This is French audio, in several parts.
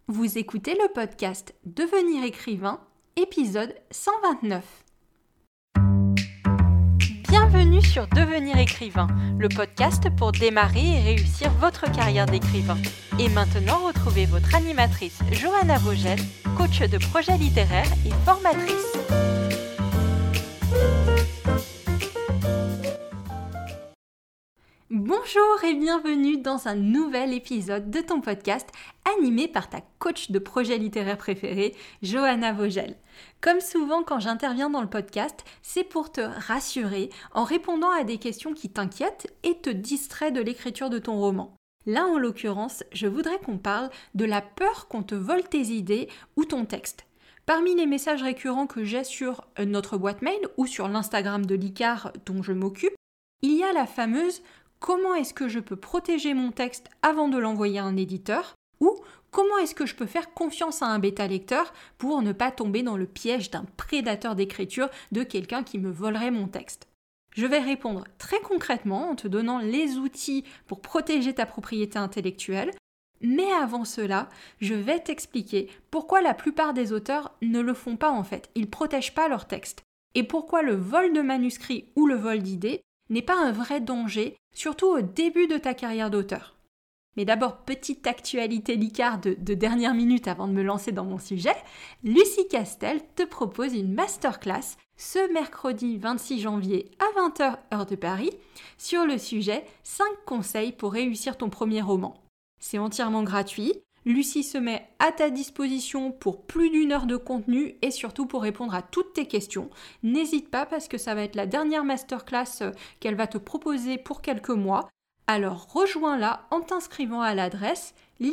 Vous écoutez le podcast Devenir écrivain, épisode 129. Bienvenue sur Devenir écrivain, le podcast pour démarrer et réussir votre carrière d'écrivain. Et maintenant, retrouvez votre animatrice Johanna Vogel, coach de projet littéraire et formatrice. Bonjour et bienvenue dans un nouvel épisode de ton podcast animé par ta coach de projet littéraire préférée, Johanna Vogel. Comme souvent quand j'interviens dans le podcast, c'est pour te rassurer en répondant à des questions qui t'inquiètent et te distraient de l'écriture de ton roman. Là, en l'occurrence, je voudrais qu'on parle de la peur qu'on te vole tes idées ou ton texte. Parmi les messages récurrents que j'ai sur notre boîte mail ou sur l'Instagram de l'ICAR dont je m'occupe, il y a la fameuse « Comment est-ce que je peux protéger mon texte avant de l'envoyer à un éditeur ?» ou « Comment est-ce que je peux faire confiance à un bêta-lecteur pour ne pas tomber dans le piège d'un prédateur d'écriture de quelqu'un qui me volerait mon texte ?» Je vais répondre très concrètement en te donnant les outils pour protéger ta propriété intellectuelle, mais avant cela, je vais t'expliquer pourquoi la plupart des auteurs ne le font pas en fait, ils ne protègent pas leur texte, et pourquoi le vol de manuscrits ou le vol d'idées n'est pas un vrai danger, surtout au début de ta carrière d'auteur. Mais d'abord, petite actualité l'ICAR de dernière minute avant de me lancer dans mon sujet, Lucie Castel te propose une masterclass ce mercredi 26 janvier à 20h heure de Paris sur le sujet 5 conseils pour réussir ton premier roman. C'est entièrement gratuit. Lucie se met à ta disposition pour plus d'1 heure de contenu et surtout pour répondre à toutes tes questions. N'hésite pas parce que ça va être la dernière masterclass qu'elle va te proposer pour quelques mois. Alors rejoins-la en t'inscrivant à l'adresse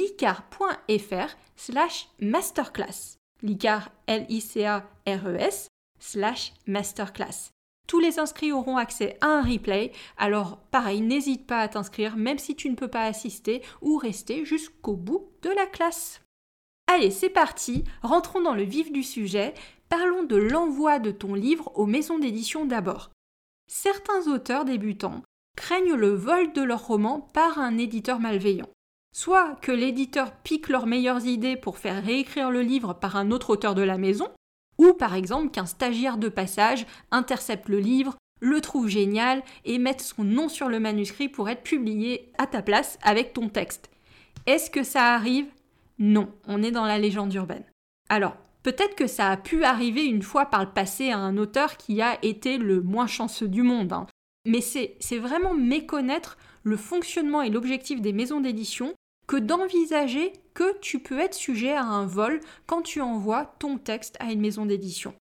licar.fr/masterclass. Licar, L-I-C-A-R-E-S /masterclass. Tous les inscrits auront accès à un replay, alors pareil, n'hésite pas à t'inscrire même si tu ne peux pas assister ou rester jusqu'au bout de la classe. Allez, c'est parti, rentrons dans le vif du sujet, parlons de l'envoi de ton livre aux maisons d'édition d'abord. Certains auteurs débutants craignent le vol de leur roman par un éditeur malveillant. Soit que l'éditeur pique leurs meilleures idées pour faire réécrire le livre par un autre auteur de la maison, ou par exemple qu'un stagiaire de passage intercepte le livre, le trouve génial et mette son nom sur le manuscrit pour être publié à ta place avec ton texte. Est-ce que ça arrive ? Non, on est dans la légende urbaine. Alors, peut-être que ça a pu arriver une fois par le passé à un auteur qui a été le moins chanceux du monde, mais c'est vraiment méconnaître le fonctionnement et l'objectif des maisons d'édition que d'envisager que tu peux être sujet à un vol quand tu envoies ton texte à une maison d'édition.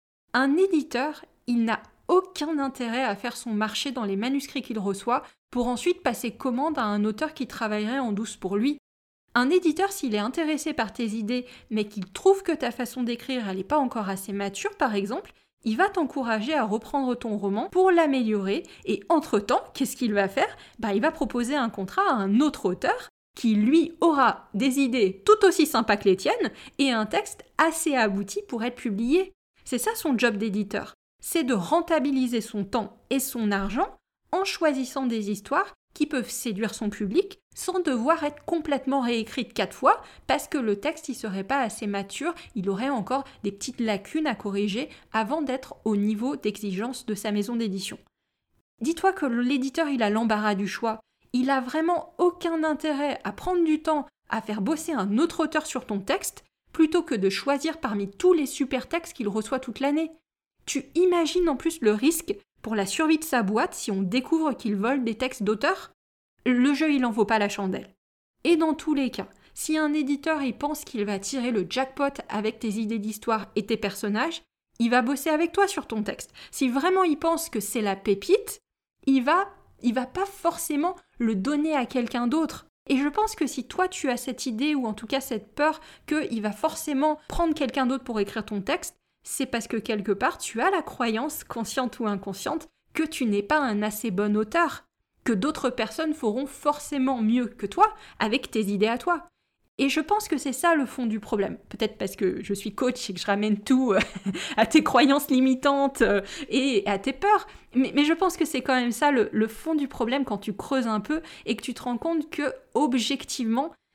Un éditeur, il n'a aucun intérêt à faire son marché dans les manuscrits qu'il reçoit pour ensuite passer commande à un auteur qui travaillerait en douce pour lui. Un éditeur, s'il est intéressé par tes idées, mais qu'il trouve que ta façon d'écrire, elle n'est pas encore assez mature, par exemple, il va t'encourager à reprendre ton roman pour l'améliorer et entre-temps, qu'est-ce qu'il va faire ? Il va proposer un contrat à un autre auteur qui, lui, aura des idées tout aussi sympas que les tiennes et un texte assez abouti pour être publié. C'est ça son job d'éditeur. C'est de rentabiliser son temps et son argent en choisissant des histoires qui peuvent séduire son public sans devoir être complètement réécrites 4 fois parce que le texte ne serait pas assez mature, il aurait encore des petites lacunes à corriger avant d'être au niveau d'exigence de sa maison d'édition. Dis-toi que l'éditeur, il a l'embarras du choix. Il a vraiment aucun intérêt à prendre du temps à faire bosser un autre auteur sur ton texte plutôt que de choisir parmi tous les super textes qu'il reçoit toute l'année. Tu imagines en plus le risque pour la survie de sa boîte si on découvre qu'il vole des textes d'auteurs ? Le jeu, il en vaut pas la chandelle. Et dans tous les cas, si un éditeur il pense qu'il va tirer le jackpot avec tes idées d'histoire et tes personnages, il va bosser avec toi sur ton texte. Si vraiment il pense que c'est la pépite, il va pas forcément le donner à quelqu'un d'autre. Et je pense que si toi tu as cette idée ou en tout cas cette peur qu'il va forcément prendre quelqu'un d'autre pour écrire ton texte, c'est parce que quelque part tu as la croyance, consciente ou inconsciente, que tu n'es pas un assez bon auteur, que d'autres personnes feront forcément mieux que toi avec tes idées à toi. Et je pense que c'est ça le fond du problème. Peut-être parce que je suis coach et que je ramène tout à tes croyances limitantes et à tes peurs. Mais je pense que c'est quand même ça le fond du problème quand tu creuses un peu et que tu te rends compte que, objectivement,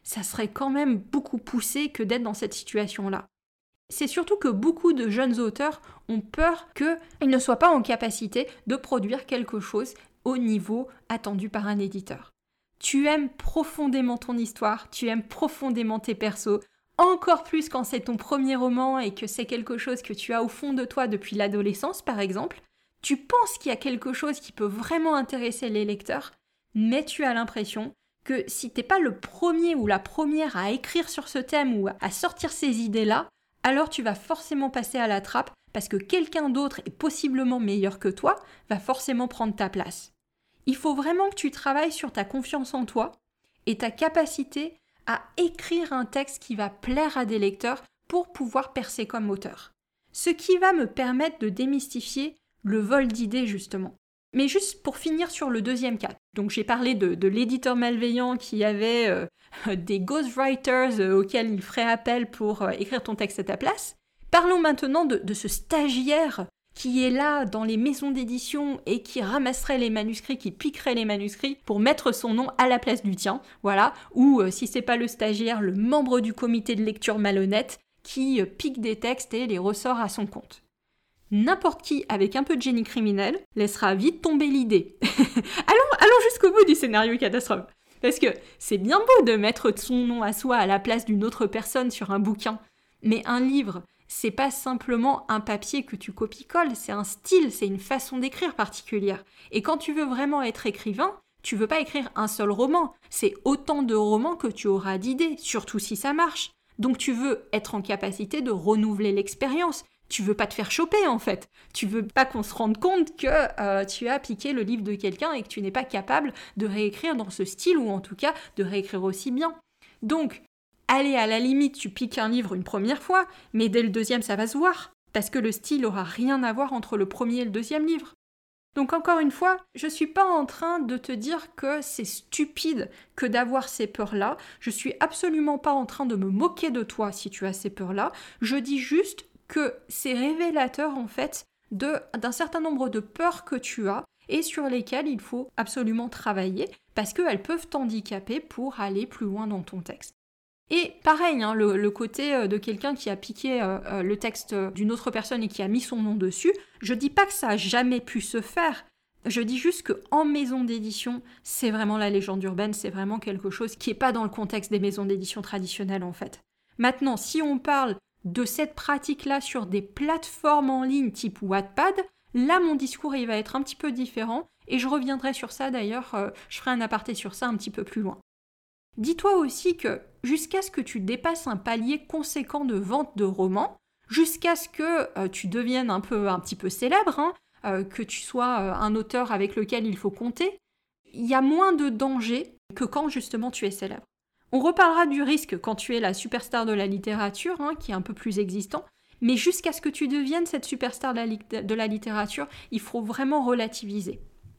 ça serait quand même beaucoup poussé que d'être dans cette situation-là. C'est surtout que beaucoup de jeunes auteurs ont peur qu'ils ne soient pas en capacité de produire quelque chose au niveau attendu par un éditeur. Tu aimes profondément ton histoire, tu aimes profondément tes persos, encore plus quand c'est ton premier roman et que c'est quelque chose que tu as au fond de toi depuis l'adolescence par exemple. Tu penses qu'il y a quelque chose qui peut vraiment intéresser les lecteurs, mais tu as l'impression que si t'es pas le premier ou la première à écrire sur ce thème ou à sortir ces idées-là, alors tu vas forcément passer à la trappe parce que quelqu'un d'autre et possiblement meilleur que toi va forcément prendre ta place. Il faut vraiment que tu travailles sur ta confiance en toi et ta capacité à écrire un texte qui va plaire à des lecteurs pour pouvoir percer comme auteur. Ce qui va me permettre de démystifier le vol d'idées justement. Mais juste pour finir sur le deuxième cas. Donc j'ai parlé de l'éditeur malveillant qui avait des ghostwriters auxquels il ferait appel pour écrire ton texte à ta place. Parlons maintenant de ce stagiaire qui est là dans les maisons d'édition et qui ramasserait les manuscrits, qui piquerait les manuscrits pour mettre son nom à la place du tien, voilà. Ou si c'est pas le stagiaire, le membre du comité de lecture malhonnête qui pique des textes et les ressort à son compte. N'importe qui avec un peu de génie criminel laissera vite tomber l'idée. allons jusqu'au bout du scénario catastrophe. Parce que c'est bien beau de mettre son nom à soi à la place d'une autre personne sur un bouquin. Mais un livre, c'est pas simplement un papier que tu copies-colles, c'est un style, c'est une façon d'écrire particulière. Et quand tu veux vraiment être écrivain, tu veux pas écrire un seul roman. C'est autant de romans que tu auras d'idées, surtout si ça marche. Donc tu veux être en capacité de renouveler l'expérience. Tu veux pas te faire choper en fait. Tu veux pas qu'on se rende compte que tu as piqué le livre de quelqu'un et que tu n'es pas capable de réécrire dans ce style ou en tout cas de réécrire aussi bien. Donc, allez, à la limite, tu piques un livre une première fois, mais dès le deuxième, ça va se voir. Parce que le style aura rien à voir entre le premier et le deuxième livre. Donc encore une fois, je suis pas en train de te dire que c'est stupide que d'avoir ces peurs-là. Je suis absolument pas en train de me moquer de toi si tu as ces peurs-là. Je dis juste que c'est révélateur en fait d'un certain nombre de peurs que tu as et sur lesquelles il faut absolument travailler parce qu'elles peuvent t'handicaper pour aller plus loin dans ton texte. Et pareil, le côté de quelqu'un qui a piqué le texte d'une autre personne et qui a mis son nom dessus, je dis pas que ça a jamais pu se faire. Je dis juste qu'en maison d'édition, c'est vraiment la légende urbaine, c'est vraiment quelque chose qui n'est pas dans le contexte des maisons d'édition traditionnelles en fait. Maintenant, si on parle de cette pratique-là sur des plateformes en ligne type Wattpad, là mon discours il va être un petit peu différent et je reviendrai sur ça d'ailleurs, je ferai un aparté sur ça un petit peu plus loin. Dis-toi aussi que jusqu'à ce que tu dépasses un palier conséquent de vente de romans, jusqu'à ce que tu deviennes un petit peu célèbre, que tu sois un auteur avec lequel il faut compter, il y a moins de danger que quand justement tu es célèbre. On reparlera du risque quand tu es la superstar de la littérature, qui est un peu plus existant, mais jusqu'à ce que tu deviennes cette superstar de la littérature, il faut vraiment relativiser.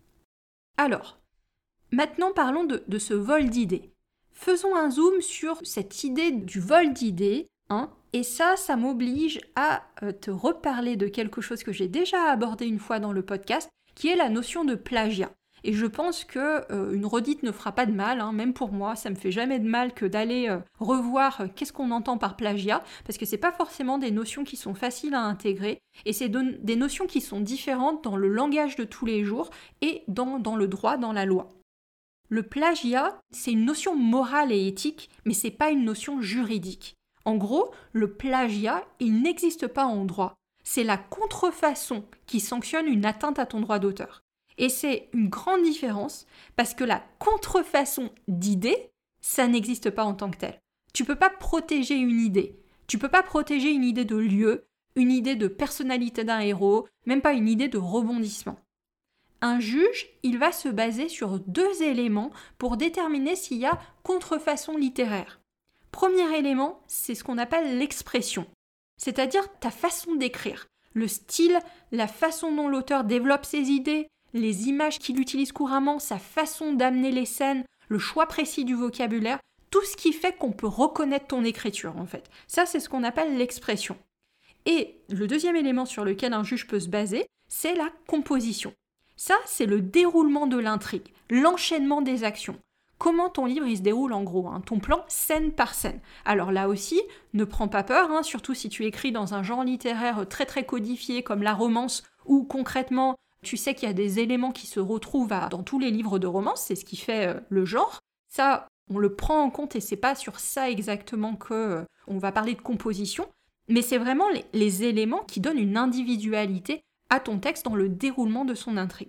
Alors, maintenant parlons de ce vol d'idées. Faisons un zoom sur cette idée du vol d'idées, et ça m'oblige à te reparler de quelque chose que j'ai déjà abordé une fois dans le podcast, qui est la notion de plagiat. Et je pense qu'une redite ne fera pas de mal, même pour moi, ça me fait jamais de mal que d'aller revoir qu'est-ce qu'on entend par plagiat, parce que c'est pas forcément des notions qui sont faciles à intégrer, et c'est des notions qui sont différentes dans le langage de tous les jours et dans le droit, dans la loi. Le plagiat, c'est une notion morale et éthique, mais c'est pas une notion juridique. En gros, le plagiat, il n'existe pas en droit. C'est la contrefaçon qui sanctionne une atteinte à ton droit d'auteur. Et c'est une grande différence parce que la contrefaçon d'idée, ça n'existe pas en tant que tel. Tu peux pas protéger une idée. Tu peux pas protéger une idée de lieu, une idée de personnalité d'un héros, même pas une idée de rebondissement. Un juge, il va se baser sur 2 éléments pour déterminer s'il y a contrefaçon littéraire. Premier élément, c'est ce qu'on appelle l'expression, c'est-à-dire ta façon d'écrire, le style, la façon dont l'auteur développe ses idées, les images qu'il utilise couramment, sa façon d'amener les scènes, le choix précis du vocabulaire, tout ce qui fait qu'on peut reconnaître ton écriture en fait. Ça, c'est ce qu'on appelle l'expression. Et le deuxième élément sur lequel un juge peut se baser, c'est la composition. Ça, c'est le déroulement de l'intrigue, l'enchaînement des actions. comment ton livre il se déroule en gros, ton plan scène par scène. Alors là aussi, ne prends pas peur, surtout si tu écris dans un genre littéraire très très codifié comme la romance, où concrètement tu sais qu'il y a des éléments qui se retrouvent dans tous les livres de romance, c'est ce qui fait le genre. Ça, on le prend en compte et c'est pas sur ça exactement que on va parler de composition, mais c'est vraiment les éléments qui donnent une individualité à ton texte dans le déroulement de son intrigue.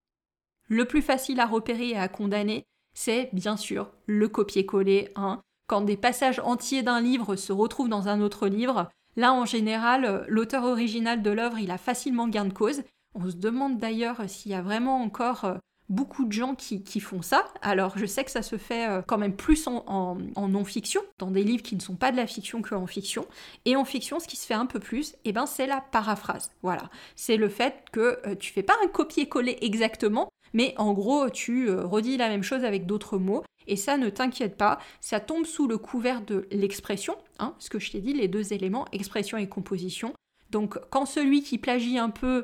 Le plus facile à repérer et à condamner, c'est bien sûr le copier-coller. Quand des passages entiers d'un livre se retrouvent dans un autre livre, là en général, l'auteur original de l'œuvre, il a facilement gain de cause. On se demande d'ailleurs s'il y a vraiment encore beaucoup de gens qui font ça. Alors je sais que ça se fait quand même plus en non-fiction, dans des livres qui ne sont pas de la fiction qu'en fiction. Et en fiction, ce qui se fait un peu plus, c'est la paraphrase. Voilà, c'est le fait que tu fais pas un copier-coller exactement, mais en gros, tu redis la même chose avec d'autres mots. Et ça, ne t'inquiète pas, ça tombe sous le couvert de l'expression, ce que je t'ai dit, les deux éléments, expression et composition. Donc quand celui qui plagie un peu,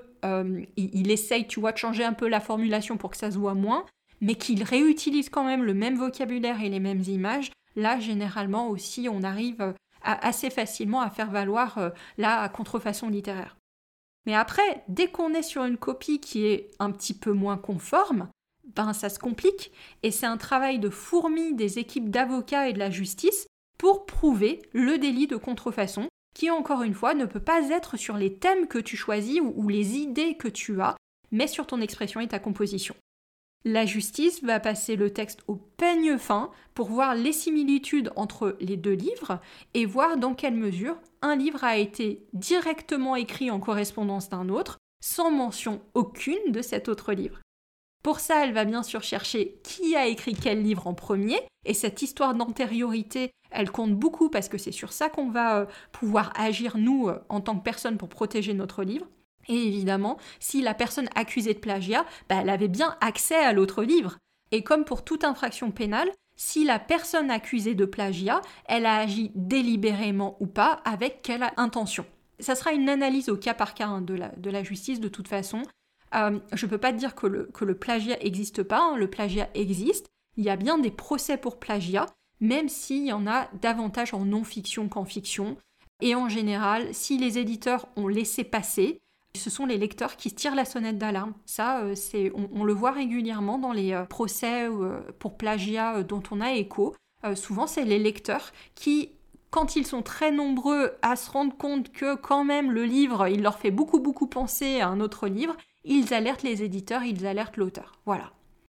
il essaye, tu vois, de changer un peu la formulation pour que ça se voit moins, mais qu'il réutilise quand même le même vocabulaire et les mêmes images, là, généralement aussi, on arrive assez facilement à faire valoir la contrefaçon littéraire. Mais après, dès qu'on est sur une copie qui est un petit peu moins conforme, ça se complique, et c'est un travail de fourmi des équipes d'avocats et de la justice pour prouver le délit de contrefaçon, qui encore une fois ne peut pas être sur les thèmes que tu choisis ou les idées que tu as, mais sur ton expression et ta composition. La justice va passer le texte au peigne fin pour voir les similitudes entre les deux livres et voir dans quelle mesure un livre a été directement écrit en correspondance d'un autre, sans mention aucune de cet autre livre. Pour ça, elle va bien sûr chercher qui a écrit quel livre en premier, et cette histoire d'antériorité, elle compte beaucoup parce que c'est sur ça qu'on va pouvoir agir, nous, en tant que personne, pour protéger notre livre. Et évidemment, si la personne accusée de plagiat, elle avait bien accès à l'autre livre. Et comme pour toute infraction pénale, si la personne accusée de plagiat, elle a agi délibérément ou pas, avec quelle intention. Ça sera une analyse au cas par cas de la justice de toute façon. Je ne peux pas te dire que le plagiat n'existe pas, le plagiat existe. Il y a bien des procès pour plagiat, même s'il y en a davantage en non-fiction qu'en fiction. Et en général, si les éditeurs ont laissé passer, ce sont les lecteurs qui tirent la sonnette d'alarme. Ça, on le voit régulièrement dans les procès pour plagiat dont on a écho. Souvent, c'est les lecteurs qui, quand ils sont très nombreux à se rendre compte que quand même le livre, il leur fait beaucoup beaucoup penser à un autre livre, ils alertent les éditeurs, ils alertent l'auteur. Voilà.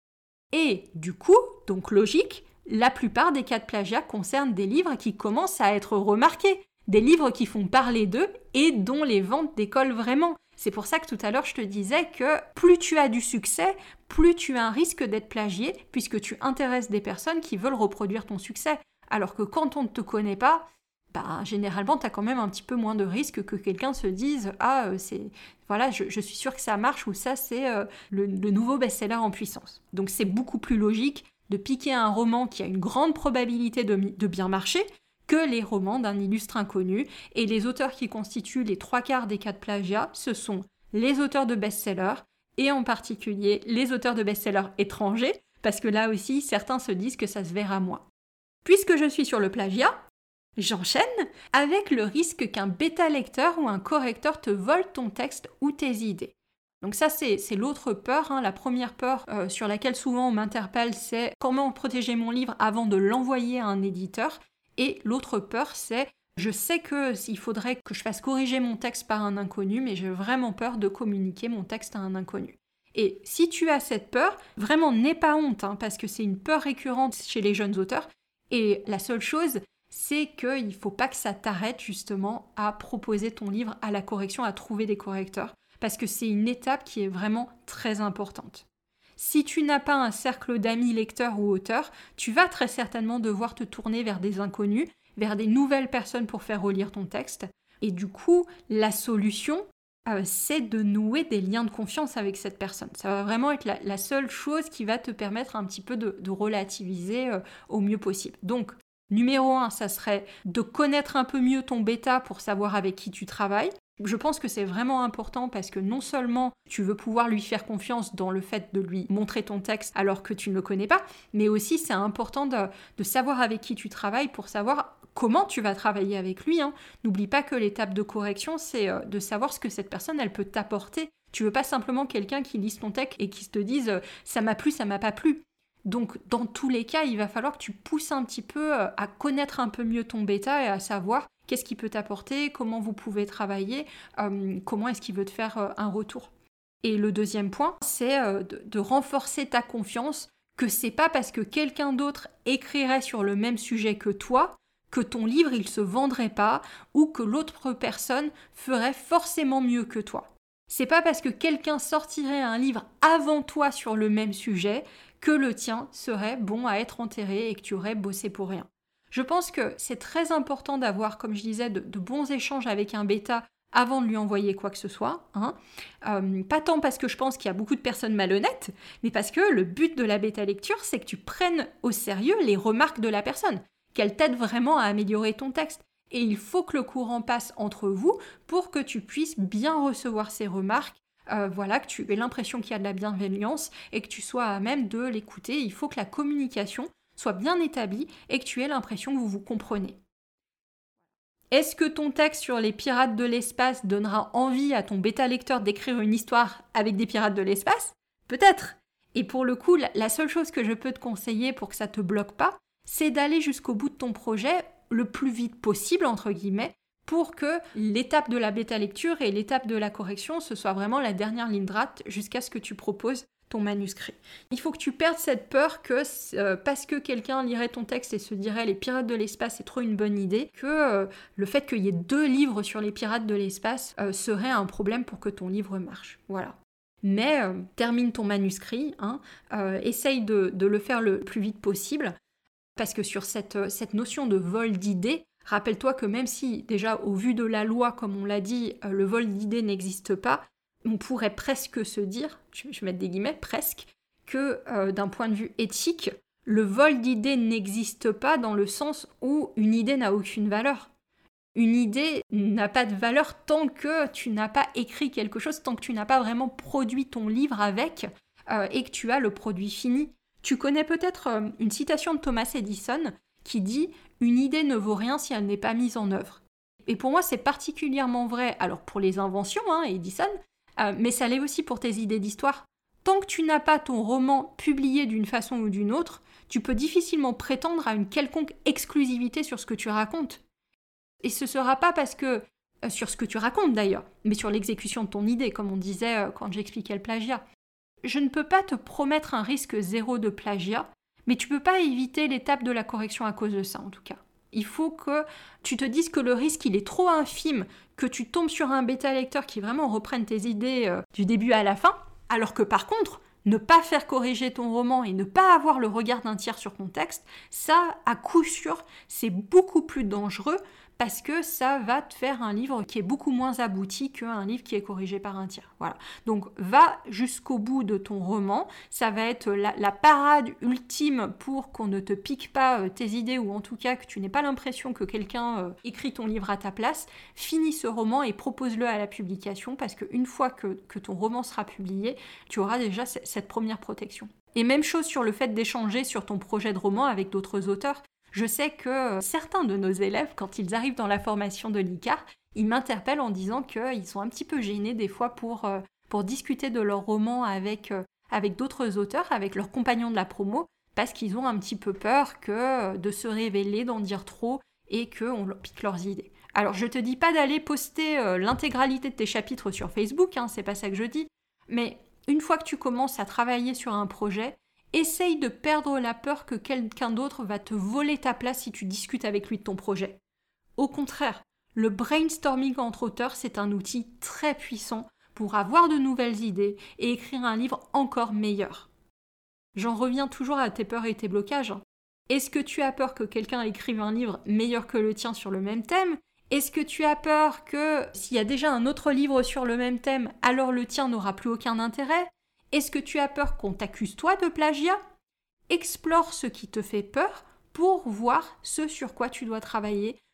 Et du coup, donc logique, la plupart des cas de plagiat concernent des livres qui commencent à être remarqués, des livres qui font parler d'eux et dont les ventes décollent vraiment. C'est pour ça que tout à l'heure je te disais que plus tu as du succès, plus tu as un risque d'être plagié, puisque tu intéresses des personnes qui veulent reproduire ton succès. Alors que quand on ne te connaît pas, généralement, tu as quand même un petit peu moins de risque que quelqu'un se dise « Ah, je suis sûr que ça marche » ou « Ça, c'est le nouveau best-seller en puissance ». Donc, c'est beaucoup plus logique de piquer un roman qui a une grande probabilité de bien marcher que les romans d'un illustre inconnu. Et les auteurs qui constituent les 3/4 des cas de plagiat, ce sont les auteurs de best-sellers et en particulier les auteurs de best-sellers étrangers, parce que là aussi, certains se disent que ça se verra moins. Puisque je suis sur le plagiat, j'enchaîne avec le risque qu'un bêta-lecteur ou un correcteur te vole ton texte ou tes idées. Donc ça, c'est l'autre peur. La première peur sur laquelle souvent on m'interpelle, c'est comment protéger mon livre avant de l'envoyer à un éditeur. Et l'autre peur, c'est je sais qu'il faudrait que je fasse corriger mon texte par un inconnu, mais j'ai vraiment peur de communiquer mon texte à un inconnu. Et si tu as cette peur, vraiment n'aie pas honte, parce que c'est une peur récurrente chez les jeunes auteurs. Et la seule chose, c'est qu'il ne faut pas que ça t'arrête justement à proposer ton livre à la correction, à trouver des correcteurs, parce que c'est une étape qui est vraiment très importante. Si tu n'as pas un cercle d'amis lecteurs ou auteurs, tu vas très certainement devoir te tourner vers des inconnus, vers des nouvelles personnes pour faire relire ton texte. Et du coup, la solution, c'est de nouer des liens de confiance avec cette personne. Ça va vraiment être la seule chose qui va te permettre un petit peu de relativiser au mieux possible. Donc, numéro 1, ça serait de connaître un peu mieux ton bêta pour savoir avec qui tu travailles. Je pense que c'est vraiment important parce que non seulement tu veux pouvoir lui faire confiance dans le fait de lui montrer ton texte alors que tu ne le connais pas, mais aussi c'est important de savoir avec qui tu travailles pour savoir comment tu vas travailler avec lui. N'oublie pas que l'étape de correction, c'est de savoir ce que cette personne, elle peut t'apporter. Tu veux pas simplement quelqu'un qui lise ton texte et qui te dise « ça m'a plu, ça m'a pas plu ». Donc, dans tous les cas, il va falloir que tu pousses un petit peu à connaître un peu mieux ton bêta et à savoir qu'est-ce qu'il peut t'apporter, comment vous pouvez travailler, comment est-ce qu'il veut te faire un retour. Et le deuxième point, c'est de renforcer ta confiance, que c'est pas parce que quelqu'un d'autre écrirait sur le même sujet que toi que ton livre il se vendrait pas ou que l'autre personne ferait forcément mieux que toi. C'est pas parce que quelqu'un sortirait un livre avant toi sur le même sujet que le tien serait bon à être enterré et que tu aurais bossé pour rien. Je pense que c'est très important d'avoir, comme je disais, de bons échanges avec un bêta avant de lui envoyer quoi que ce soit. Pas tant parce que je pense qu'il y a beaucoup de personnes malhonnêtes, mais parce que le but de la bêta lecture, c'est que tu prennes au sérieux les remarques de la personne, qu'elle t'aide vraiment à améliorer ton texte. Et il faut que le courant passe entre vous pour que tu puisses bien recevoir ces remarques, que tu aies l'impression qu'il y a de la bienveillance et que tu sois à même de l'écouter. Il faut que la communication soit bien établie et que tu aies l'impression que vous vous comprenez. Est-ce que ton texte sur les pirates de l'espace donnera envie à ton bêta-lecteur d'écrire une histoire avec des pirates de l'espace ? Peut-être. Et pour le coup, la seule chose que je peux te conseiller pour que ça ne te bloque pas, c'est d'aller jusqu'au bout de ton projet le plus vite possible, entre guillemets, pour que l'étape de la bêta-lecture et l'étape de la correction, ce soit vraiment la dernière ligne droite jusqu'à ce que tu proposes ton manuscrit. Il faut que tu perdes cette peur que parce que quelqu'un lirait ton texte et se dirait les pirates de l'espace c'est trop une bonne idée, que le fait qu'il y ait 2 livres sur les pirates de l'espace serait un problème pour que ton livre marche. Voilà. Mais termine ton manuscrit, essaye de le faire le plus vite possible, parce que sur cette notion de vol d'idées, rappelle-toi que même si déjà au vu de la loi, comme on l'a dit, le vol d'idées n'existe pas, on pourrait presque se dire, je vais mettre des guillemets, presque, que d'un point de vue éthique, le vol d'idées n'existe pas dans le sens où une idée n'a aucune valeur. Une idée n'a pas de valeur tant que tu n'as pas écrit quelque chose, tant que tu n'as pas vraiment produit ton livre avec et que tu as le produit fini. Tu connais peut-être une citation de Thomas Edison qui dit « Une idée ne vaut rien si elle n'est pas mise en œuvre ». Et pour moi, c'est particulièrement vrai, alors pour les inventions, Edison, mais ça l'est aussi pour tes idées d'histoire. Tant que tu n'as pas ton roman publié d'une façon ou d'une autre, tu peux difficilement prétendre à une quelconque exclusivité sur ce que tu racontes. Et ce ne sera pas parce que, sur ce que tu racontes d'ailleurs, mais sur l'exécution de ton idée, comme on disait quand j'expliquais le plagiat. Je ne peux pas te promettre un risque zéro de plagiat, mais tu ne peux pas éviter l'étape de la correction à cause de ça en tout cas. Il faut que tu te dises que le risque il est trop infime, que tu tombes sur un bêta-lecteur qui vraiment reprenne tes idées du début à la fin, alors que par contre, ne pas faire corriger ton roman et ne pas avoir le regard d'un tiers sur ton texte, ça, à coup sûr, c'est beaucoup plus dangereux parce que ça va te faire un livre qui est beaucoup moins abouti qu'un livre qui est corrigé par un tiers. Voilà. Donc, va jusqu'au bout de ton roman. Ça va être la parade ultime pour qu'on ne te pique pas tes idées ou en tout cas que tu n'aies pas l'impression que quelqu'un écrit ton livre à ta place. Finis ce roman et propose-le à la publication parce qu'une fois que ton roman sera publié, tu auras déjà cette première protection. Et même chose sur le fait d'échanger sur ton projet de roman avec d'autres auteurs. Je sais que certains de nos élèves, quand ils arrivent dans la formation de l'ICAR, ils m'interpellent en disant qu'ils sont un petit peu gênés des fois pour discuter de leur roman avec d'autres auteurs, avec leurs compagnons de la promo, parce qu'ils ont un petit peu peur de se révéler, d'en dire trop et qu'on leur pique leurs idées. Alors je te dis pas d'aller poster l'intégralité de tes chapitres sur Facebook, c'est pas ça que je dis, mais une fois que tu commences à travailler sur un projet, essaye de perdre la peur que quelqu'un d'autre va te voler ta place si tu discutes avec lui de ton projet. Au contraire, le brainstorming entre auteurs, c'est un outil très puissant pour avoir de nouvelles idées et écrire un livre encore meilleur. J'en reviens toujours à tes peurs et tes blocages. Est-ce que tu as peur que quelqu'un écrive un livre meilleur que le tien sur le même thème ? Est-ce que tu as peur que s'il y a déjà un autre livre sur le même thème, alors le tien n'aura plus aucun intérêt ? Est-ce que tu as peur qu'on t'accuse toi de plagiat ? Explore ce qui te fait peur pour voir ce sur quoi tu dois travailler,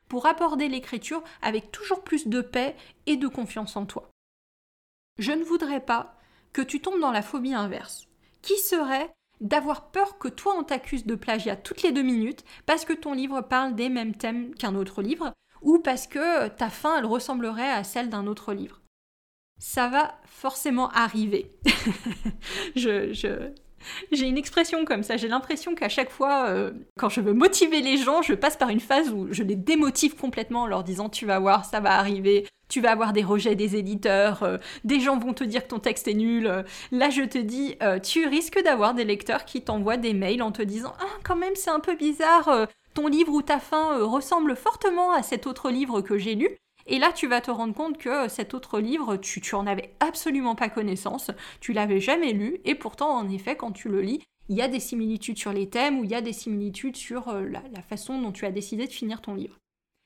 pour aborder l'écriture avec toujours plus de paix et de confiance en toi. Je ne voudrais pas que tu tombes dans la phobie inverse, qui serait d'avoir peur que toi on t'accuse de plagiat toutes les 2 minutes parce que ton livre parle des mêmes thèmes qu'un autre livre ou parce que ta fin elle ressemblerait à celle d'un autre livre. Ça va forcément arriver. J'ai une expression comme ça, j'ai l'impression qu'à chaque fois, quand je veux motiver les gens, je passe par une phase où je les démotive complètement en leur disant « tu vas voir, ça va arriver, tu vas avoir des rejets des éditeurs, des gens vont te dire que ton texte est nul. » Là, je te dis, tu risques d'avoir des lecteurs qui t'envoient des mails en te disant « ah, quand même, c'est un peu bizarre, ton livre ou ta fin ressemble fortement à cet autre livre que j'ai lu. » Et là, tu vas te rendre compte que cet autre livre, tu en avais absolument pas connaissance, tu l'avais jamais lu, et pourtant, en effet, quand tu le lis, il y a des similitudes sur les thèmes ou il y a des similitudes sur la façon dont tu as décidé de finir ton livre.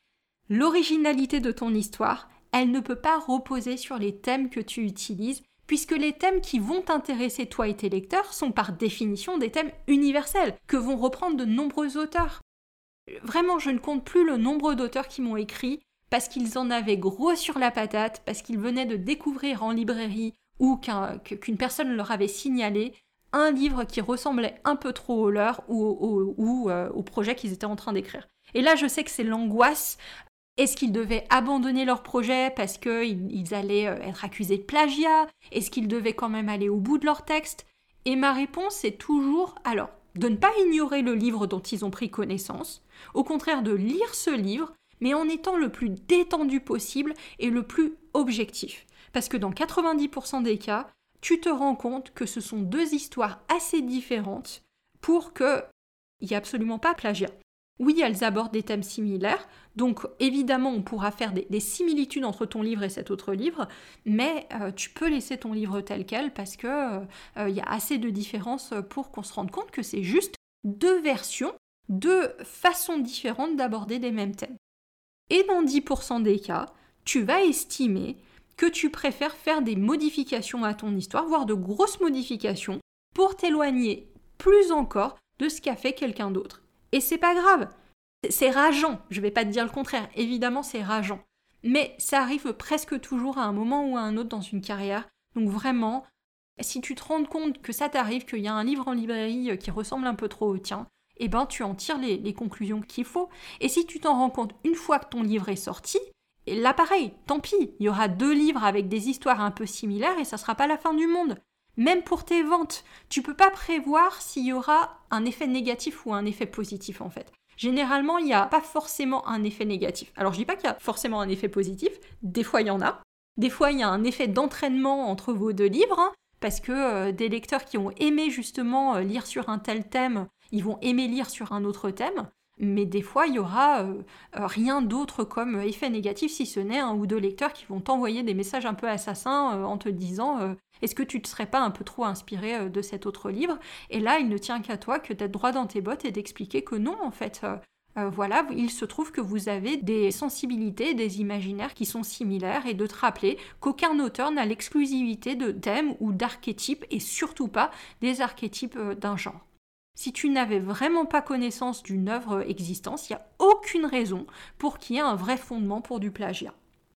L'originalité de ton histoire, elle ne peut pas reposer sur les thèmes que tu utilises, puisque les thèmes qui vont t'intéresser toi et tes lecteurs sont par définition des thèmes universels, que vont reprendre de nombreux auteurs. Vraiment, je ne compte plus le nombre d'auteurs qui m'ont écrit, parce qu'ils en avaient gros sur la patate, parce qu'ils venaient de découvrir en librairie ou qu'une personne leur avait signalé un livre qui ressemblait un peu trop au leur ou au projet qu'ils étaient en train d'écrire. Et là, je sais que c'est l'angoisse. Est-ce qu'ils devaient abandonner leur projet parce qu'ils allaient être accusés de plagiat? Est-ce qu'ils devaient quand même aller au bout de leur texte? Et ma réponse est toujours, alors, de ne pas ignorer le livre dont ils ont pris connaissance, au contraire de lire ce livre, mais en étant le plus détendu possible et le plus objectif. Parce que dans 90% des cas, tu te rends compte que ce sont 2 histoires assez différentes pour qu'il n'y ait absolument pas plagiat. Oui, elles abordent des thèmes similaires, donc évidemment on pourra faire des similitudes entre ton livre et cet autre livre, mais tu peux laisser ton livre tel quel parce que y a assez de différences pour qu'on se rende compte que c'est juste 2 versions, 2 façons différentes d'aborder des mêmes thèmes. Et dans 10% des cas, tu vas estimer que tu préfères faire des modifications à ton histoire, voire de grosses modifications, pour t'éloigner plus encore de ce qu'a fait quelqu'un d'autre. Et c'est pas grave, c'est rageant, je vais pas te dire le contraire, évidemment c'est rageant. Mais ça arrive presque toujours à un moment ou à un autre dans une carrière, donc vraiment, si tu te rends compte que ça t'arrive, qu'il y a un livre en librairie qui ressemble un peu trop au tien, eh ben tu en tires les conclusions qu'il faut. Et si tu t'en rends compte une fois que ton livre est sorti, là pareil, tant pis, il y aura 2 livres avec des histoires un peu similaires et ça sera pas la fin du monde. Même pour tes ventes, tu peux pas prévoir s'il y aura un effet négatif ou un effet positif en fait. Généralement, il n'y a pas forcément un effet négatif. Alors je dis pas qu'il y a forcément un effet positif, des fois il y en a. Des fois il y a un effet d'entraînement entre vos 2 livres, parce que des lecteurs qui ont aimé justement lire sur un tel thème, ils vont aimer lire sur un autre thème, mais des fois, il y aura rien d'autre comme effet négatif, si ce n'est 1 ou 2 lecteurs qui vont t'envoyer des messages un peu assassins en te disant « Est-ce que tu ne te serais pas un peu trop inspiré de cet autre livre ?» Et là, il ne tient qu'à toi que d'être droit dans tes bottes et d'expliquer que non, en fait. Voilà, il se trouve que vous avez des sensibilités, des imaginaires qui sont similaires et de te rappeler qu'aucun auteur n'a l'exclusivité de thèmes ou d'archétypes et surtout pas des archétypes d'un genre. Si tu n'avais vraiment pas connaissance d'une œuvre existante, il n'y a aucune raison pour qu'il y ait un vrai fondement pour du plagiat.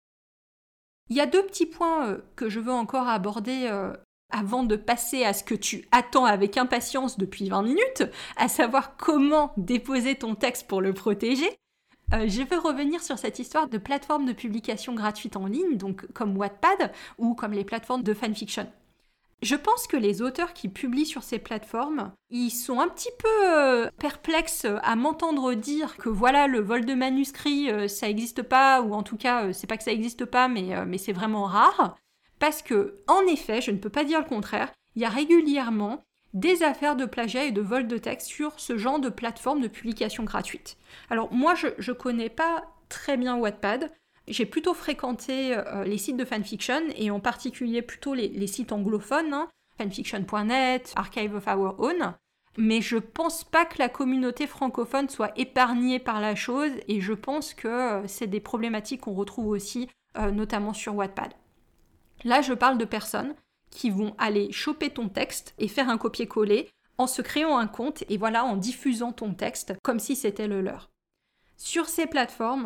Il y a 2 petits points que je veux encore aborder avant de passer à ce que tu attends avec impatience depuis 20 minutes, à savoir comment déposer ton texte pour le protéger. Je veux revenir sur cette histoire de plateformes de publication gratuites en ligne, donc comme Wattpad ou comme les plateformes de fanfiction. Je pense que les auteurs qui publient sur ces plateformes, ils sont un petit peu perplexes à m'entendre dire que voilà, le vol de manuscrits, ça n'existe pas, ou en tout cas, c'est pas que ça n'existe pas, mais c'est vraiment rare. Parce que, en effet, je ne peux pas dire le contraire, il y a régulièrement des affaires de plagiat et de vol de texte sur ce genre de plateforme de publication gratuite. Alors moi, je connais pas très bien Wattpad. J'ai plutôt fréquenté les sites de fanfiction et en particulier plutôt les sites anglophones, fanfiction.net, Archive of Our Own, mais je pense pas que la communauté francophone soit épargnée par la chose et je pense que c'est des problématiques qu'on retrouve aussi notamment sur Wattpad. Là, je parle de personnes qui vont aller choper ton texte et faire un copier-coller en se créant un compte et voilà, en diffusant ton texte comme si c'était le leur. Sur ces plateformes,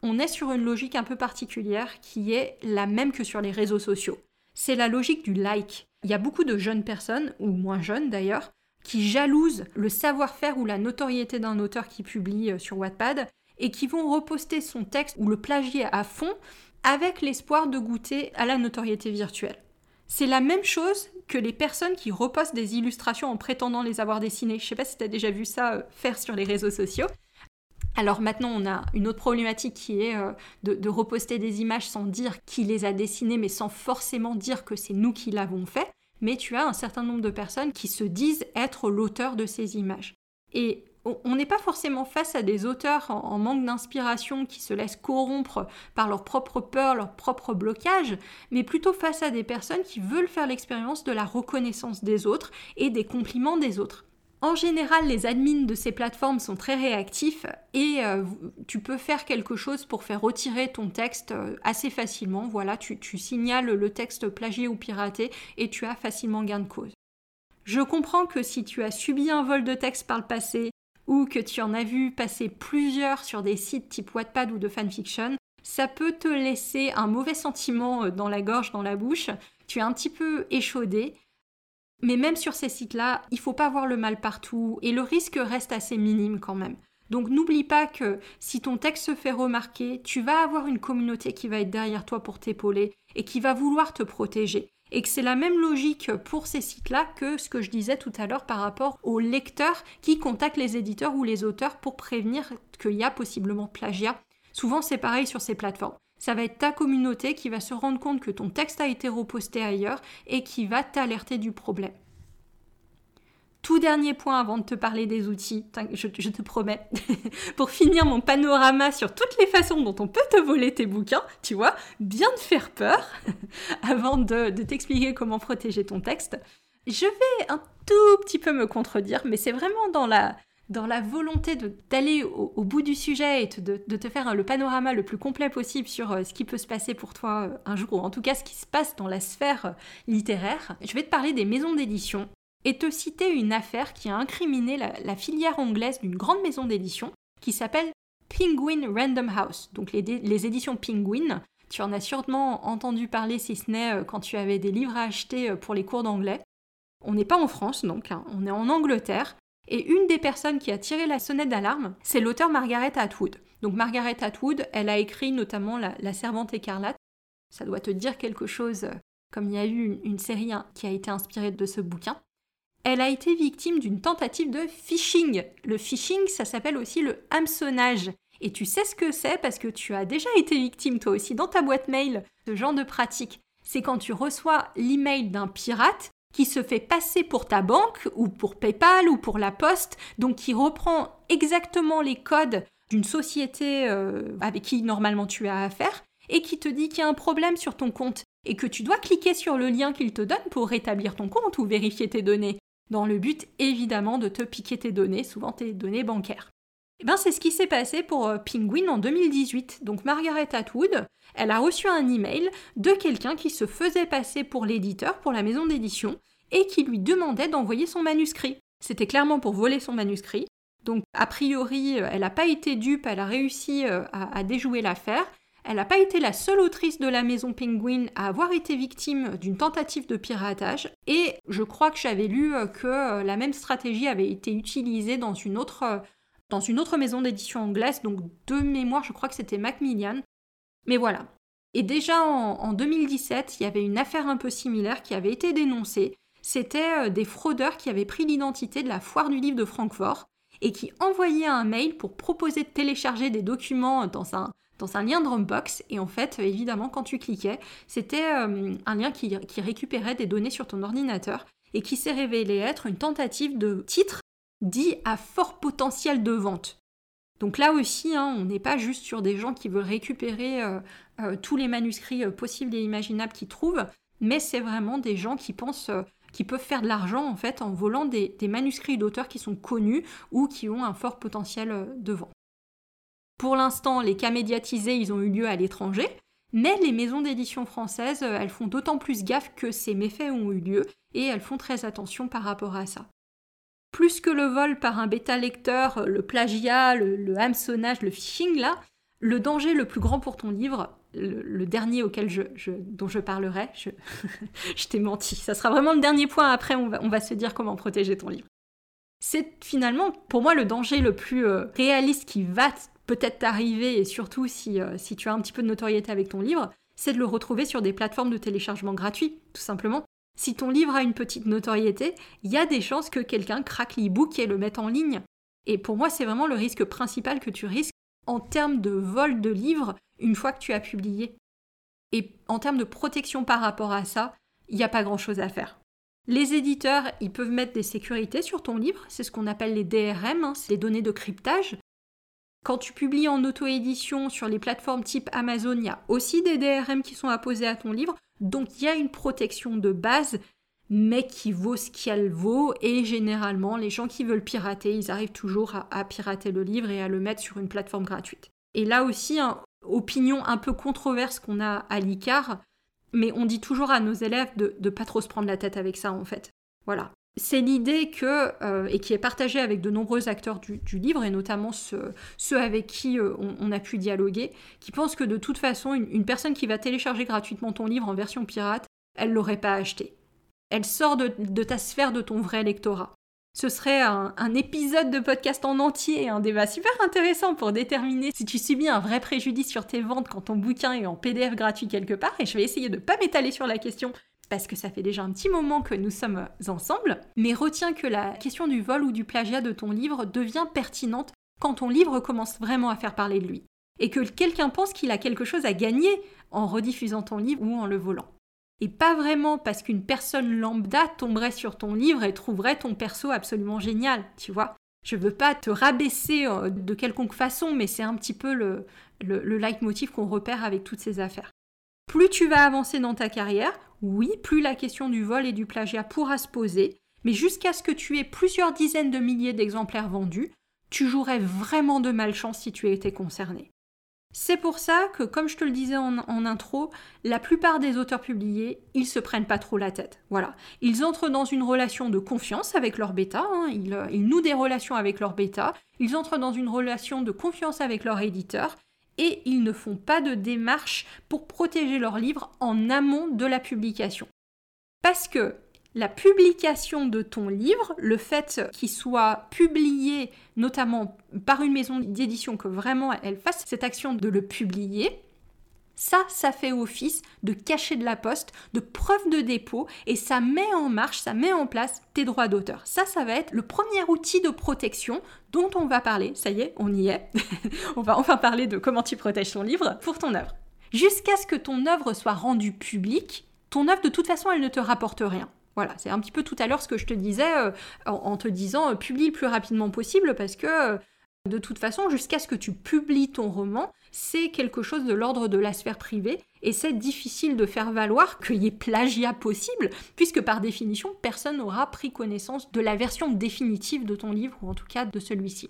on est sur une logique un peu particulière qui est la même que sur les réseaux sociaux. C'est la logique du like. Il y a beaucoup de jeunes personnes, ou moins jeunes d'ailleurs, qui jalousent le savoir-faire ou la notoriété d'un auteur qui publie sur Wattpad et qui vont reposter son texte ou le plagier à fond avec l'espoir de goûter à la notoriété virtuelle. C'est la même chose que les personnes qui repostent des illustrations en prétendant les avoir dessinées. Je ne sais pas si tu as déjà vu ça faire sur les réseaux sociaux. Alors maintenant, on a une autre problématique qui est de reposter des images sans dire qui les a dessinées, mais sans forcément dire que c'est nous qui l'avons fait. Mais tu as un certain nombre de personnes qui se disent être l'auteur de ces images. Et on n'est pas forcément face à des auteurs en manque d'inspiration qui se laissent corrompre par leur propre peur, leur propre blocage, mais plutôt face à des personnes qui veulent faire l'expérience de la reconnaissance des autres et des compliments des autres. En général, les admins de ces plateformes sont très réactifs et tu peux faire quelque chose pour faire retirer ton texte assez facilement. Voilà, tu signales le texte plagié ou piraté et tu as facilement gain de cause. Je comprends que si tu as subi un vol de texte par le passé ou que tu en as vu passer plusieurs sur des sites type Wattpad ou de fanfiction, ça peut te laisser un mauvais sentiment dans la gorge, dans la bouche. Tu es un petit peu échaudé. Mais même sur ces sites-là, il ne faut pas voir le mal partout et le risque reste assez minime quand même. Donc n'oublie pas que si ton texte se fait remarquer, tu vas avoir une communauté qui va être derrière toi pour t'épauler et qui va vouloir te protéger. Et que c'est la même logique pour ces sites-là que ce que je disais tout à l'heure par rapport aux lecteurs qui contactent les éditeurs ou les auteurs pour prévenir qu'il y a possiblement plagiat. Souvent c'est pareil sur ces plateformes. Ça va être ta communauté qui va se rendre compte que ton texte a été reposté ailleurs et qui va t'alerter du problème. Tout dernier point avant de te parler des outils, je te promets, pour finir mon panorama sur toutes les façons dont on peut te voler tes bouquins, tu vois, bien te faire peur, avant de t'expliquer comment protéger ton texte, je vais un tout petit peu me contredire, mais c'est vraiment dans la volonté d'aller au bout du sujet et de te faire le panorama le plus complet possible sur ce qui peut se passer pour toi un jour, ou en tout cas ce qui se passe dans la sphère littéraire, je vais te parler des maisons d'édition et te citer une affaire qui a incriminé la filière anglaise d'une grande maison d'édition qui s'appelle Penguin Random House. Donc les éditions Penguin, tu en as sûrement entendu parler si ce n'est quand tu avais des livres à acheter pour les cours d'anglais. On n'est pas en France donc, hein, on est en Angleterre. Et une des personnes qui a tiré la sonnette d'alarme, c'est l'auteure Margaret Atwood. Donc Margaret Atwood, elle a écrit notamment La Servante écarlate. Ça doit te dire quelque chose, comme il y a eu une série qui a été inspirée de ce bouquin. Elle a été victime d'une tentative de phishing. Le phishing, ça s'appelle aussi le hameçonnage. Et tu sais ce que c'est parce que tu as déjà été victime toi aussi dans ta boîte mail de ce genre de pratique. C'est quand tu reçois l'email d'un pirate qui se fait passer pour ta banque ou pour PayPal ou pour la Poste, donc qui reprend exactement les codes d'une société avec qui normalement tu as affaire et qui te dit qu'il y a un problème sur ton compte et que tu dois cliquer sur le lien qu'il te donne pour rétablir ton compte ou vérifier tes données, dans le but évidemment de te piquer tes données, souvent tes données bancaires. Et bien c'est ce qui s'est passé pour Penguin en 2018. Donc Margaret Atwood, elle a reçu un email de quelqu'un qui se faisait passer pour l'éditeur, pour la maison d'édition, et qui lui demandait d'envoyer son manuscrit. C'était clairement pour voler son manuscrit. Donc a priori, elle n'a pas été dupe, elle a réussi à déjouer l'affaire. Elle n'a pas été la seule autrice de la maison Penguin à avoir été victime d'une tentative de piratage. Et je crois que j'avais lu que la même stratégie avait été utilisée dans une autre maison d'édition anglaise, donc de mémoire, je crois que c'était Macmillan. Mais voilà. Et déjà en 2017, il y avait une affaire un peu similaire qui avait été dénoncée. C'était des fraudeurs qui avaient pris l'identité de la foire du livre de Francfort et qui envoyaient un mail pour proposer de télécharger des documents dans un lien Dropbox. Et en fait, évidemment, quand tu cliquais, c'était un lien qui récupérait des données sur ton ordinateur et qui s'est révélé être une tentative de titre dit à fort potentiel de vente. Donc là aussi, on n'est pas juste sur des gens qui veulent récupérer tous les manuscrits possibles et imaginables qu'ils trouvent, mais c'est vraiment des gens qui pensent qu'ils peuvent faire de l'argent en fait en volant des manuscrits d'auteurs qui sont connus ou qui ont un fort potentiel de vente. Pour l'instant, les cas médiatisés, ils ont eu lieu à l'étranger, mais les maisons d'édition françaises, elles font d'autant plus gaffe que ces méfaits ont eu lieu et elles font très attention par rapport à ça. Plus que le vol par un bêta-lecteur, le plagiat, le hameçonnage, le phishing là, Le danger le plus grand pour ton livre, le dernier auquel dont je parlerai, je t'ai menti, ça sera vraiment le dernier point, après on va se dire comment protéger ton livre. C'est finalement, pour moi, le danger le plus réaliste qui va peut-être t'arriver, et surtout si tu as un petit peu de notoriété avec ton livre, c'est de le retrouver sur des plateformes de téléchargement gratuits, tout simplement. Si ton livre a une petite notoriété, il y a des chances que quelqu'un craque l'e-book et le mette en ligne. Et pour moi, c'est vraiment le risque principal que tu risques en termes de vol de livres une fois que tu as publié. Et en termes de protection par rapport à ça, il n'y a pas grand-chose à faire. Les éditeurs, ils peuvent mettre des sécurités sur ton livre, c'est ce qu'on appelle les DRM, c'est les données de cryptage. Quand tu publies en auto-édition sur les plateformes type Amazon, il y a aussi des DRM qui sont apposés à ton livre, donc il y a une protection de base, mais qui vaut ce qu'elle vaut, et généralement, les gens qui veulent pirater, ils arrivent toujours à pirater le livre et à le mettre sur une plateforme gratuite. Et là aussi, opinion un peu controverse qu'on a à l'ICAR, mais on dit toujours à nos élèves de ne pas trop se prendre la tête avec ça, en fait. Voilà. C'est l'idée et qui est partagée avec de nombreux acteurs du livre, et notamment ceux avec qui on a pu dialoguer, qui pensent que de toute façon, une personne qui va télécharger gratuitement ton livre en version pirate, elle ne l'aurait pas acheté. Elle sort de ta sphère, de ton vrai lectorat. Ce serait un épisode de podcast en entier, un débat super intéressant pour déterminer si tu subis un vrai préjudice sur tes ventes quand ton bouquin est en PDF gratuit quelque part, et je vais essayer de ne pas m'étaler sur la question parce que ça fait déjà un petit moment que nous sommes ensemble, mais retiens que la question du vol ou du plagiat de ton livre devient pertinente quand ton livre commence vraiment à faire parler de lui, et que quelqu'un pense qu'il a quelque chose à gagner en rediffusant ton livre ou en le volant. Et pas vraiment parce qu'une personne lambda tomberait sur ton livre et trouverait ton perso absolument génial, tu vois. Je veux pas te rabaisser de quelconque façon, mais c'est un petit peu le leitmotiv qu'on repère avec toutes ces affaires. Plus tu vas avancer dans ta carrière, oui, plus la question du vol et du plagiat pourra se poser, mais jusqu'à ce que tu aies plusieurs dizaines de milliers d'exemplaires vendus, tu jouerais vraiment de malchance si tu étais concerné. C'est pour ça que, comme je te le disais en intro, la plupart des auteurs publiés, ils se prennent pas trop la tête. Voilà. Ils entrent dans une relation de confiance avec leur bêta, ils nouent des relations avec leur bêta, ils entrent dans une relation de confiance avec leur éditeur, et ils ne font pas de démarche pour protéger leur livre en amont de la publication. Parce que la publication de ton livre, le fait qu'il soit publié notamment par une maison d'édition, que vraiment elle fasse cette action de le publier, ça fait office de cachet de la poste, de preuve de dépôt, et ça met en marche, ça met en place tes droits d'auteur. Ça va être le premier outil de protection dont on va parler. Ça y est, on y est. On va enfin parler de comment tu protèges ton livre pour ton œuvre. Jusqu'à ce que ton œuvre soit rendue publique, ton œuvre de toute façon elle ne te rapporte rien. Voilà, c'est un petit peu tout à l'heure ce que je te disais en te disant publie le plus rapidement possible, parce que de toute façon, jusqu'à ce que tu publies ton roman, c'est quelque chose de l'ordre de la sphère privée, et c'est difficile de faire valoir qu'il y ait plagiat possible, puisque par définition, personne n'aura pris connaissance de la version définitive de ton livre, ou en tout cas de celui-ci.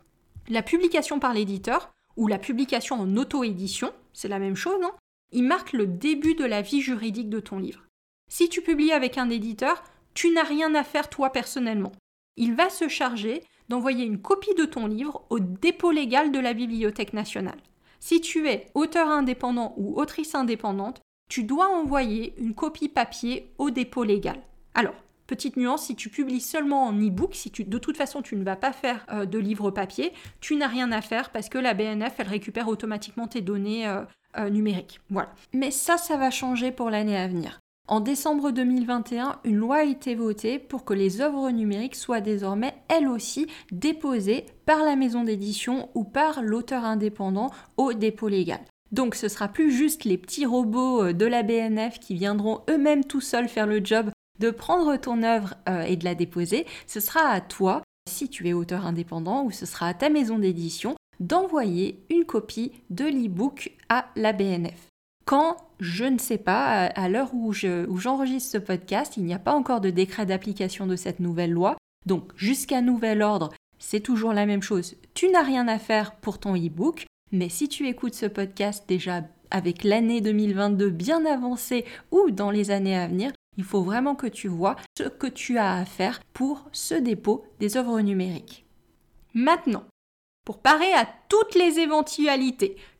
La publication par l'éditeur, ou la publication en auto-édition, c'est la même chose, non ? Il marque le début de la vie juridique de ton livre. Si tu publies avec un éditeur, tu n'as rien à faire toi personnellement. Il va se charger d'envoyer une copie de ton livre au dépôt légal de la Bibliothèque nationale. Si tu es auteur indépendant ou autrice indépendante, tu dois envoyer une copie papier au dépôt légal. Alors, petite nuance, si tu publies seulement en e-book, de toute façon tu ne vas pas faire de livre papier, tu n'as rien à faire parce que la BNF, elle récupère automatiquement tes données numériques. Voilà. Mais ça va changer pour l'année à venir. En décembre 2021, une loi a été votée pour que les œuvres numériques soient désormais, elles aussi, déposées par la maison d'édition ou par l'auteur indépendant au dépôt légal. Donc ce sera plus juste les petits robots de la BNF qui viendront eux-mêmes tout seuls faire le job de prendre ton œuvre et de la déposer. Ce sera à toi, si tu es auteur indépendant, ou ce sera à ta maison d'édition, d'envoyer une copie de l'e-book à la BNF. Quand, je ne sais pas, à l'heure où j'enregistre ce podcast, il n'y a pas encore de décret d'application de cette nouvelle loi. Donc, jusqu'à nouvel ordre, c'est toujours la même chose. Tu n'as rien à faire pour ton e-book, mais si tu écoutes ce podcast déjà avec l'année 2022 bien avancée ou dans les années à venir, il faut vraiment que tu vois ce que tu as à faire pour ce dépôt des œuvres numériques. Maintenant, pour parer à toutes les éventualités,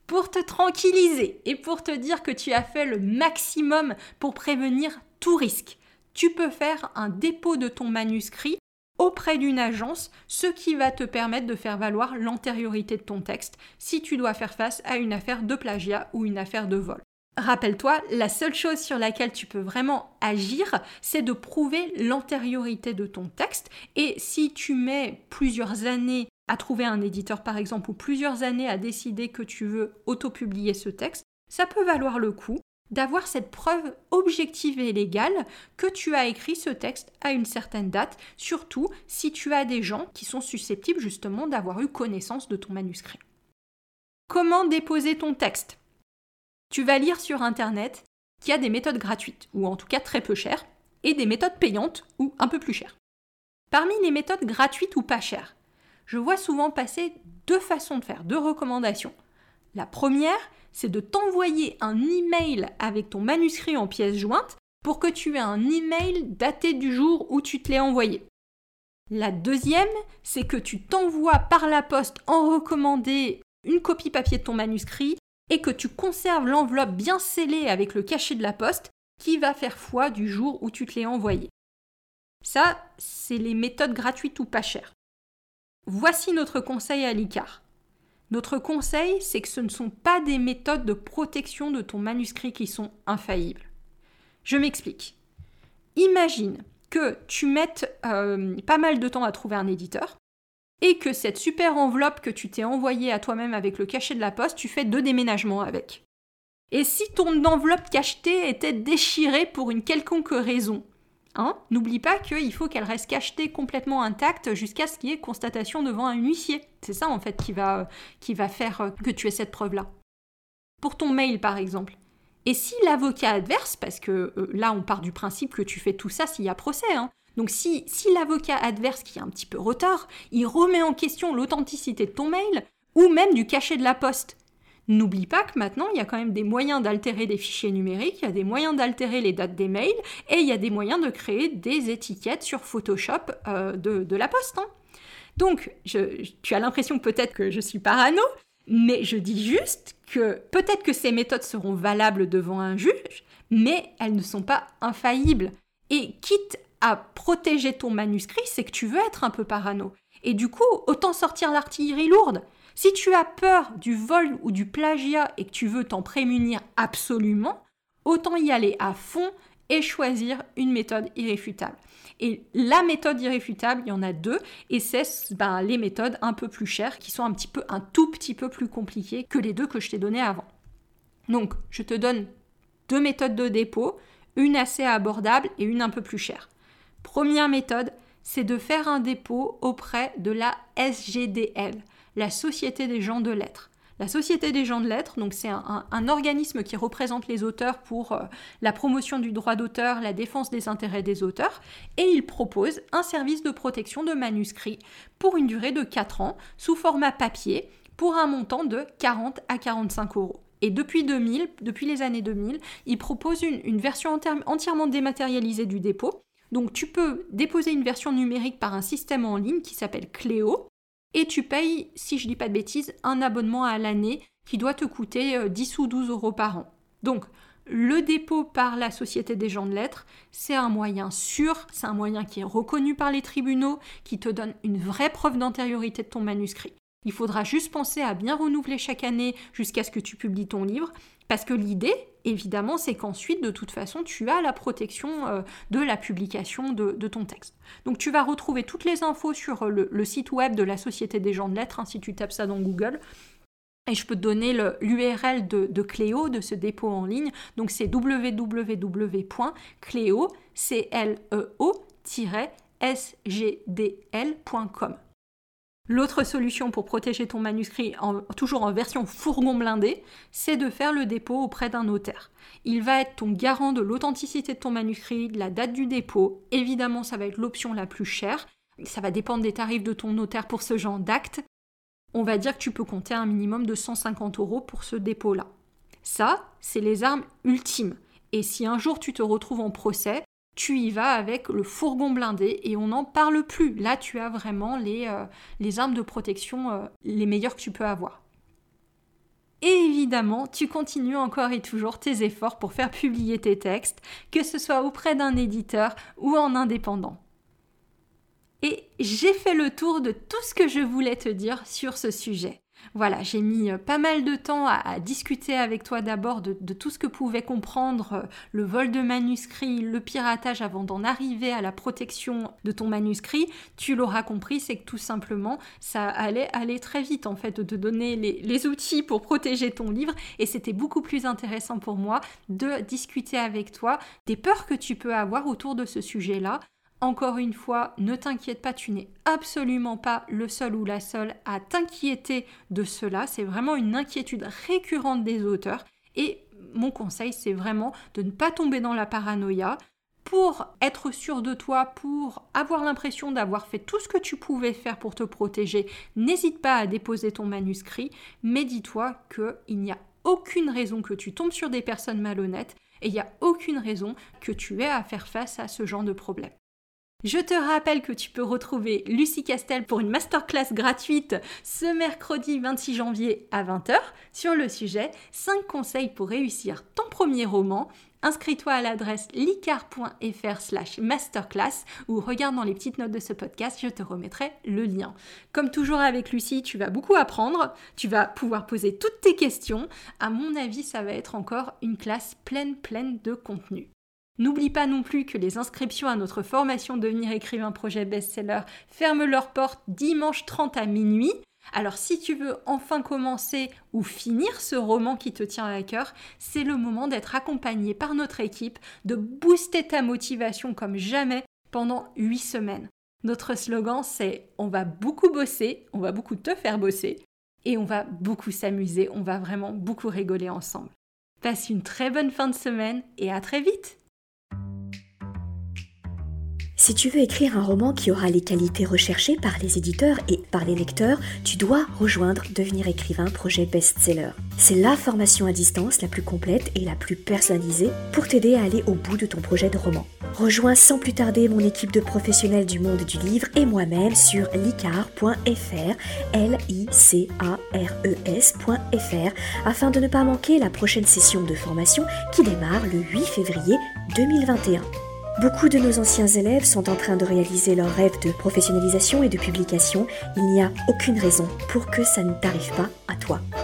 pour te tranquilliser et pour te dire que tu as fait le maximum pour prévenir tout risque, tu peux faire un dépôt de ton manuscrit auprès d'une agence, ce qui va te permettre de faire valoir l'antériorité de ton texte si tu dois faire face à une affaire de plagiat ou une affaire de vol. Rappelle-toi, la seule chose sur laquelle tu peux vraiment agir, c'est de prouver l'antériorité de ton texte. Et si tu mets plusieurs années à trouver un éditeur par exemple, ou plusieurs années à décider que tu veux autopublier ce texte, ça peut valoir le coup d'avoir cette preuve objective et légale que tu as écrit ce texte à une certaine date, surtout si tu as des gens qui sont susceptibles justement d'avoir eu connaissance de ton manuscrit. Comment déposer ton texte ? Tu vas lire sur Internet qu'il y a des méthodes gratuites, ou en tout cas très peu chères, et des méthodes payantes, ou un peu plus chères. Parmi les méthodes gratuites ou pas chères, je vois souvent passer deux façons de faire, deux recommandations. La première, c'est de t'envoyer un email avec ton manuscrit en pièce jointe pour que tu aies un email daté du jour où tu te l'es envoyé. La deuxième, c'est que tu t'envoies par la poste en recommandé une copie papier de ton manuscrit et que tu conserves l'enveloppe bien scellée avec le cachet de la poste qui va faire foi du jour où tu te l'es envoyé. Ça, c'est les méthodes gratuites ou pas chères. Voici notre conseil à l'ICAR. Notre conseil, c'est que ce ne sont pas des méthodes de protection de ton manuscrit qui sont infaillibles. Je m'explique. Imagine que tu mettes pas mal de temps à trouver un éditeur et que cette super enveloppe que tu t'es envoyée à toi-même avec le cachet de la poste, tu fais 2 déménagements avec. Et si ton enveloppe cachetée était déchirée pour une quelconque raison, n'oublie pas qu'il faut qu'elle reste cachetée complètement intacte jusqu'à ce qu'il y ait constatation devant un huissier. C'est ça en fait qui va faire que tu aies cette preuve-là. Pour ton mail par exemple. Et si l'avocat adverse, parce que là on part du principe que tu fais tout ça s'il y a procès, donc si l'avocat adverse qui a un petit peu retard, il remet en question l'authenticité de ton mail ou même du cachet de la poste. N'oublie pas que maintenant, il y a quand même des moyens d'altérer des fichiers numériques, il y a des moyens d'altérer les dates des mails, et il y a des moyens de créer des étiquettes sur Photoshop de la poste. Donc, tu as l'impression peut-être que je suis parano, mais je dis juste que peut-être que ces méthodes seront valables devant un juge, mais elles ne sont pas infaillibles. Et quitte à protéger ton manuscrit, c'est que tu veux être un peu parano. Et du coup, autant sortir l'artillerie lourde. Si tu as peur du vol ou du plagiat et que tu veux t'en prémunir absolument, autant y aller à fond et choisir une méthode irréfutable. Et la méthode irréfutable, il y en a 2, et c'est les méthodes un peu plus chères qui sont un tout petit peu plus compliquées que les 2 que je t'ai données avant. Donc, je te donne 2 méthodes de dépôt, une assez abordable et une un peu plus chère. Première méthode, c'est de faire un dépôt auprès de la SGDL, la Société des gens de lettres. La Société des gens de lettres, donc c'est un organisme qui représente les auteurs pour la promotion du droit d'auteur, la défense des intérêts des auteurs, et il propose un service de protection de manuscrits pour une durée de 4 ans, sous format papier, pour un montant de 40 à 45 euros. Et depuis les années 2000, il propose une version entièrement dématérialisée du dépôt. Donc tu peux déposer une version numérique par un système en ligne qui s'appelle Cléo, et tu payes, si je ne dis pas de bêtises, un abonnement à l'année qui doit te coûter 10 ou 12 euros par an. Donc, le dépôt par la Société des gens de lettres, c'est un moyen sûr, c'est un moyen qui est reconnu par les tribunaux, qui te donne une vraie preuve d'antériorité de ton manuscrit. Il faudra juste penser à bien renouveler chaque année jusqu'à ce que tu publies ton livre, parce que l'idée, évidemment, c'est qu'ensuite, de toute façon, tu as la protection de la publication de ton texte. Donc, tu vas retrouver toutes les infos sur le site web de la Société des gens de lettres, si tu tapes ça dans Google. Et je peux te donner l'URL de Cléo, de ce dépôt en ligne. Donc, c'est www.cleo-sgdl.com. L'autre solution pour protéger ton manuscrit, toujours en version fourgon blindé, c'est de faire le dépôt auprès d'un notaire. Il va être ton garant de l'authenticité de ton manuscrit, de la date du dépôt. Évidemment, ça va être l'option la plus chère. Ça va dépendre des tarifs de ton notaire pour ce genre d'acte. On va dire que tu peux compter un minimum de 150 euros pour ce dépôt-là. Ça, c'est les armes ultimes. Et si un jour tu te retrouves en procès, tu y vas avec le fourgon blindé et on n'en parle plus. Là, tu as vraiment les armes de protection les meilleures que tu peux avoir. Et évidemment, tu continues encore et toujours tes efforts pour faire publier tes textes, que ce soit auprès d'un éditeur ou en indépendant. Et j'ai fait le tour de tout ce que je voulais te dire sur ce sujet. Voilà, j'ai mis pas mal de temps à discuter avec toi d'abord de tout ce que pouvait comprendre le vol de manuscrits, le piratage avant d'en arriver à la protection de ton manuscrit. Tu l'auras compris, c'est que tout simplement, ça allait aller très vite en fait de te donner les outils pour protéger ton livre et c'était beaucoup plus intéressant pour moi de discuter avec toi des peurs que tu peux avoir autour de ce sujet-là. Encore une fois, ne t'inquiète pas, tu n'es absolument pas le seul ou la seule à t'inquiéter de cela. C'est vraiment une inquiétude récurrente des auteurs. Et mon conseil, c'est vraiment de ne pas tomber dans la paranoïa. Pour être sûr de toi, pour avoir l'impression d'avoir fait tout ce que tu pouvais faire pour te protéger, n'hésite pas à déposer ton manuscrit, mais dis-toi qu'il n'y a aucune raison que tu tombes sur des personnes malhonnêtes et il n'y a aucune raison que tu aies à faire face à ce genre de problème. Je te rappelle que tu peux retrouver Lucie Castel pour une masterclass gratuite ce mercredi 26 janvier à 20h sur le sujet 5 conseils pour réussir ton premier roman. Inscris-toi à l'adresse licar.fr/masterclass ou regarde dans les petites notes de ce podcast, je te remettrai le lien. Comme toujours avec Lucie, tu vas beaucoup apprendre, tu vas pouvoir poser toutes tes questions. À mon avis, ça va être encore une classe pleine de contenu. N'oublie pas non plus que les inscriptions à notre formation Devenir écrivain projet best-seller ferment leurs portes dimanche 30 à minuit. Alors si tu veux enfin commencer ou finir ce roman qui te tient à cœur, c'est le moment d'être accompagné par notre équipe, de booster ta motivation comme jamais pendant 8 semaines. Notre slogan c'est « On va beaucoup bosser, on va beaucoup te faire bosser et on va beaucoup s'amuser, on va vraiment beaucoup rigoler ensemble ». Passe une très bonne fin de semaine et à très vite. Si tu veux écrire un roman qui aura les qualités recherchées par les éditeurs et par les lecteurs, tu dois rejoindre Devenir écrivain projet best-seller. C'est la formation à distance la plus complète et la plus personnalisée pour t'aider à aller au bout de ton projet de roman. Rejoins sans plus tarder mon équipe de professionnels du monde du livre et moi-même sur licar.fr, licares.fr, afin de ne pas manquer la prochaine session de formation qui démarre le 8 février 2021. Beaucoup de nos anciens élèves sont en train de réaliser leur rêve de professionnalisation et de publication. Il n'y a aucune raison pour que ça ne t'arrive pas à toi.